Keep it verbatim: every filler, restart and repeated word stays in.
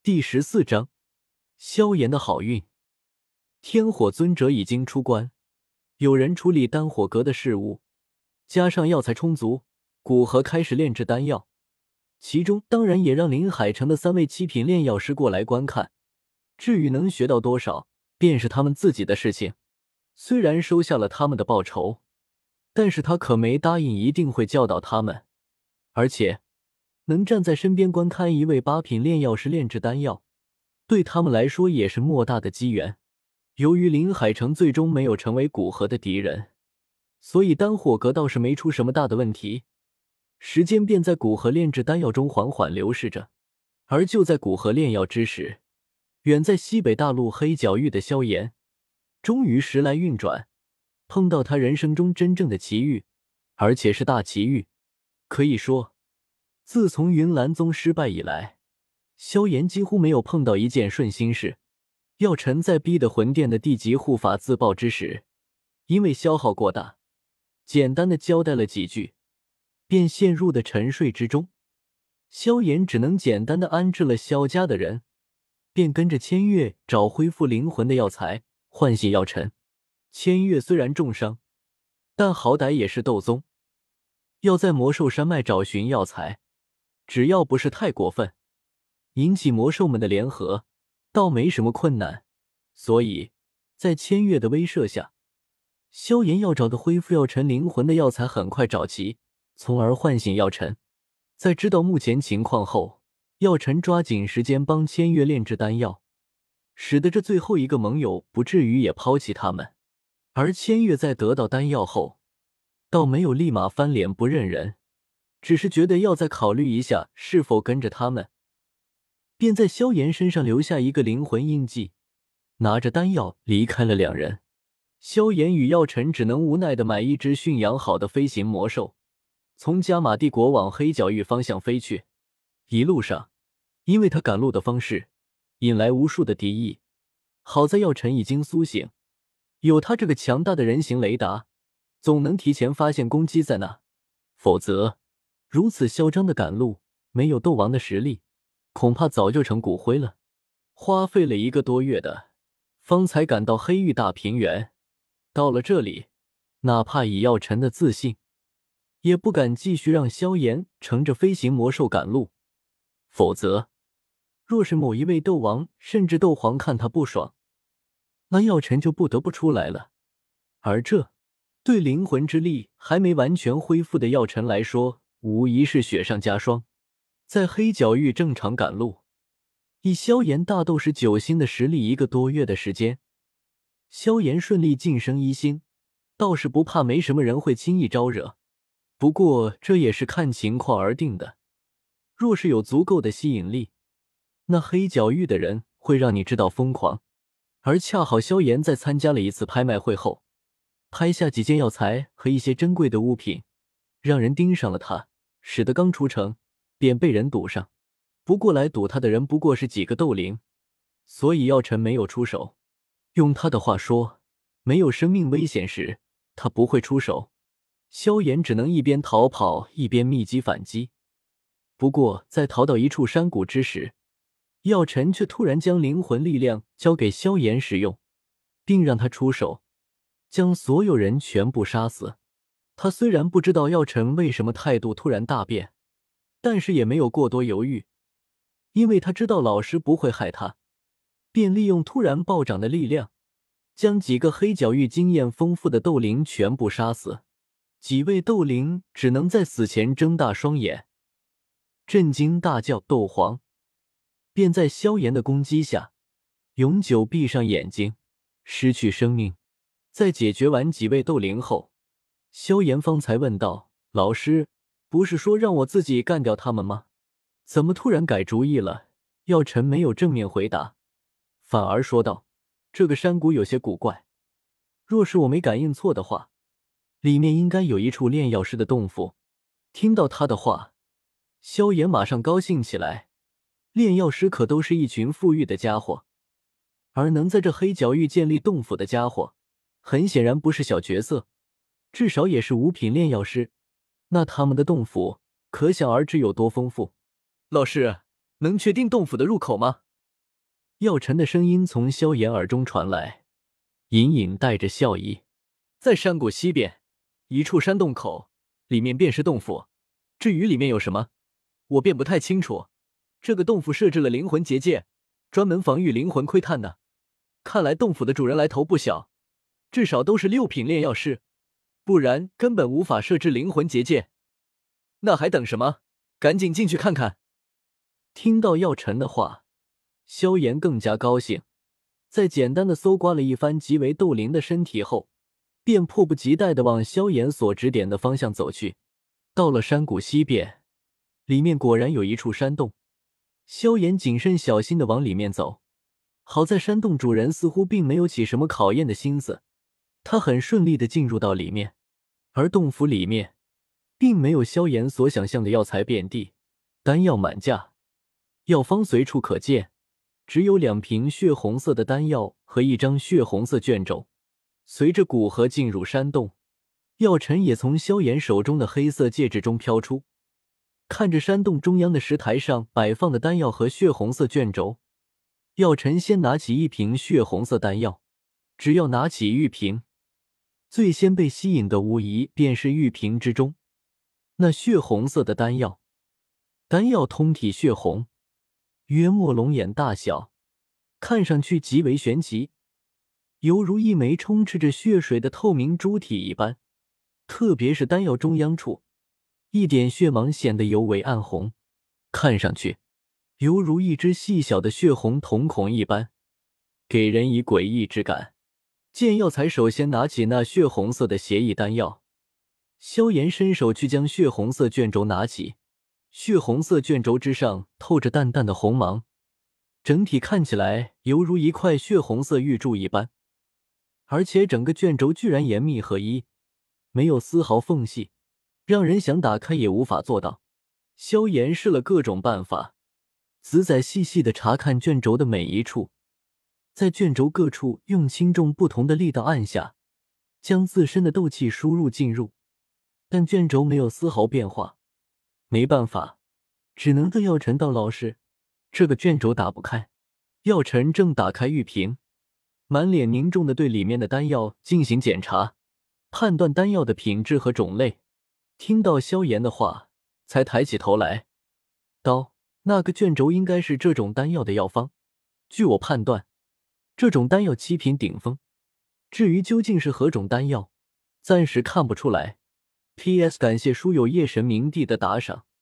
第十四章，萧炎的好运。天火尊者已经出关，有人处理丹火阁的事务，加上药材充足，古河开始炼制丹药。其中当然也让临海城的三位七品炼药师过来观看，至于能学到多少，便是他们自己的事情。虽然收下了他们的报酬，但是他可没答应一定会教导他们，而且能站在身边观看一位八品炼药师炼制丹药，对他们来说也是莫大的机缘。由于临海城最终没有成为古河的敌人，所以丹火阁倒是没出什么大的问题，时间便在古河炼制丹药中缓缓流逝着。而就在古河炼药之时，远在西北大陆黑角域的萧炎终于时来运转，碰到他人生中真正的奇遇，而且是大奇遇。可以说自从云岚宗失败以来，萧炎几乎没有碰到一件顺心事。药尘在逼得魂殿的地级护法自爆之时，因为消耗过大，简单的交代了几句，便陷入了沉睡之中。萧炎只能简单的安置了萧家的人，便跟着千月找恢复灵魂的药材，唤醒药尘。千月虽然重伤，但好歹也是斗宗，要在魔兽山脉找寻药材，只要不是太过分，引起魔兽们的联合，倒没什么困难。所以在千月的威慑下，萧炎要找的恢复药尘灵魂的药材很快找齐，从而唤醒药尘。在知道目前情况后，药尘抓紧时间帮千月炼制丹药，使得这最后一个盟友不至于也抛弃他们。而千月在得到丹药后，倒没有立马翻脸不认人，只是觉得要再考虑一下是否跟着他们，便在萧炎身上留下一个灵魂印记，拿着丹药离开了两人。萧炎与药尘只能无奈地买一只驯养好的飞行魔兽，从加玛帝国往黑角域方向飞去。一路上，因为他赶路的方式引来无数的敌意，好在药尘已经苏醒，有他这个强大的人形雷达，总能提前发现攻击在哪。否则如此嚣张的赶路，没有斗王的实力，恐怕早就成骨灰了。花费了一个多月的，方才赶到黑域大平原。到了这里，哪怕以药尘的自信，也不敢继续让萧炎乘着飞行魔兽赶路，否则若是某一位斗王甚至斗皇看他不爽，那药尘就不得不出来了。而这对灵魂之力还没完全恢复的药尘来说，无疑是雪上加霜。在黑角域正常赶路，以萧炎大斗士九星的实力，一个多月的时间，萧炎顺利晋升一星，倒是不怕没什么人会轻易招惹。不过这也是看情况而定的，若是有足够的吸引力，那黑角域的人会让你知道疯狂。而恰好萧炎在参加了一次拍卖会后，拍下几件药材和一些珍贵的物品，让人盯上了他，使得刚出城便被人堵上。不过来堵他的人不过是几个斗灵，所以药尘没有出手。用他的话说，没有生命危险时，他不会出手。萧炎只能一边逃跑一边密集反击。不过在逃到一处山谷之时，药尘却突然将灵魂力量交给萧炎使用，并让他出手，将所有人全部杀死。他虽然不知道药尘为什么态度突然大变，但是也没有过多犹豫，因为他知道老师不会害他，便利用突然暴涨的力量，将几个黑角域经验丰富的斗灵全部杀死。几位斗灵只能在死前睁大双眼，震惊大叫斗皇，便在萧炎的攻击下永久闭上眼睛，失去生命。在解决完几位斗灵后，萧炎方才问道：老师，不是说让我自己干掉他们吗？怎么突然改主意了？药尘没有正面回答，反而说道：这个山谷有些古怪，若是我没感应错的话，里面应该有一处炼药师的洞府。听到他的话，萧炎马上高兴起来，炼药师可都是一群富裕的家伙，而能在这黑角域建立洞府的家伙，很显然不是小角色，至少也是五品炼药师，那他们的洞府可想而知有多丰富。老师，能确定洞府的入口吗？ 药尘的声音从萧炎耳中传来，隐隐带着笑意。在山谷西边，一处山洞口，里面便是洞府。至于里面有什么，我便不太清楚。这个洞府设置了灵魂结界，专门防御灵魂窥探的。看来洞府的主人来头不小，至少都是六品炼药师，不然根本无法设置灵魂结界。那还等什么？赶紧进去看看。听到药尘的话，萧炎更加高兴，在简单的搜刮了一番极为斗灵的身体后，便迫不及待地往萧炎所指点的方向走去。到了山谷西边，里面果然有一处山洞。萧炎谨慎小心地往里面走，好在山洞主人似乎并没有起什么考验的心思，他很顺利地进入到里面。而洞府里面并没有萧炎所想象的药材遍地，丹药满架，药方随处可见，只有两瓶血红色的丹药和一张血红色卷轴。随着古河进入山洞，药尘也从萧炎手中的黑色戒指中飘出，看着山洞中央的石台上摆放的丹药和血红色卷轴，药尘先拿起一瓶血红色丹药。只要拿起玉瓶，最先被吸引的无疑便是玉瓶之中那血红色的丹药。丹药通体血红，约莫龙眼大小，看上去极为玄奇，犹如一枚充斥着血水的透明珠体一般。特别是丹药中央处，一点血芒显得尤为暗红，看上去犹如一只细小的血红瞳孔一般，给人以诡异之感。见药材首先拿起那血红色的邪异丹药，萧炎伸手去将血红色卷轴拿起。血红色卷轴之上透着淡淡的红芒，整体看起来犹如一块血红色玉柱一般，而且整个卷轴居然严密合一，没有丝毫缝隙，让人想打开也无法做到。萧炎试了各种办法，仔仔细细地查看卷轴的每一处，在卷轴各处用轻重不同的力道按下，将自身的斗气输入进入，但卷轴没有丝毫变化。没办法，只能对药尘道老师，这个卷轴打不开。药尘正打开玉瓶，满脸凝重地对里面的丹药进行检查，判断丹药的品质和种类。听到萧炎的话，才抬起头来道：那个卷轴应该是这种丹药的药方，据我判断，这种丹药七品顶峰，至于究竟是何种丹药，暂时看不出来。P S 感谢书友夜神明帝的打赏。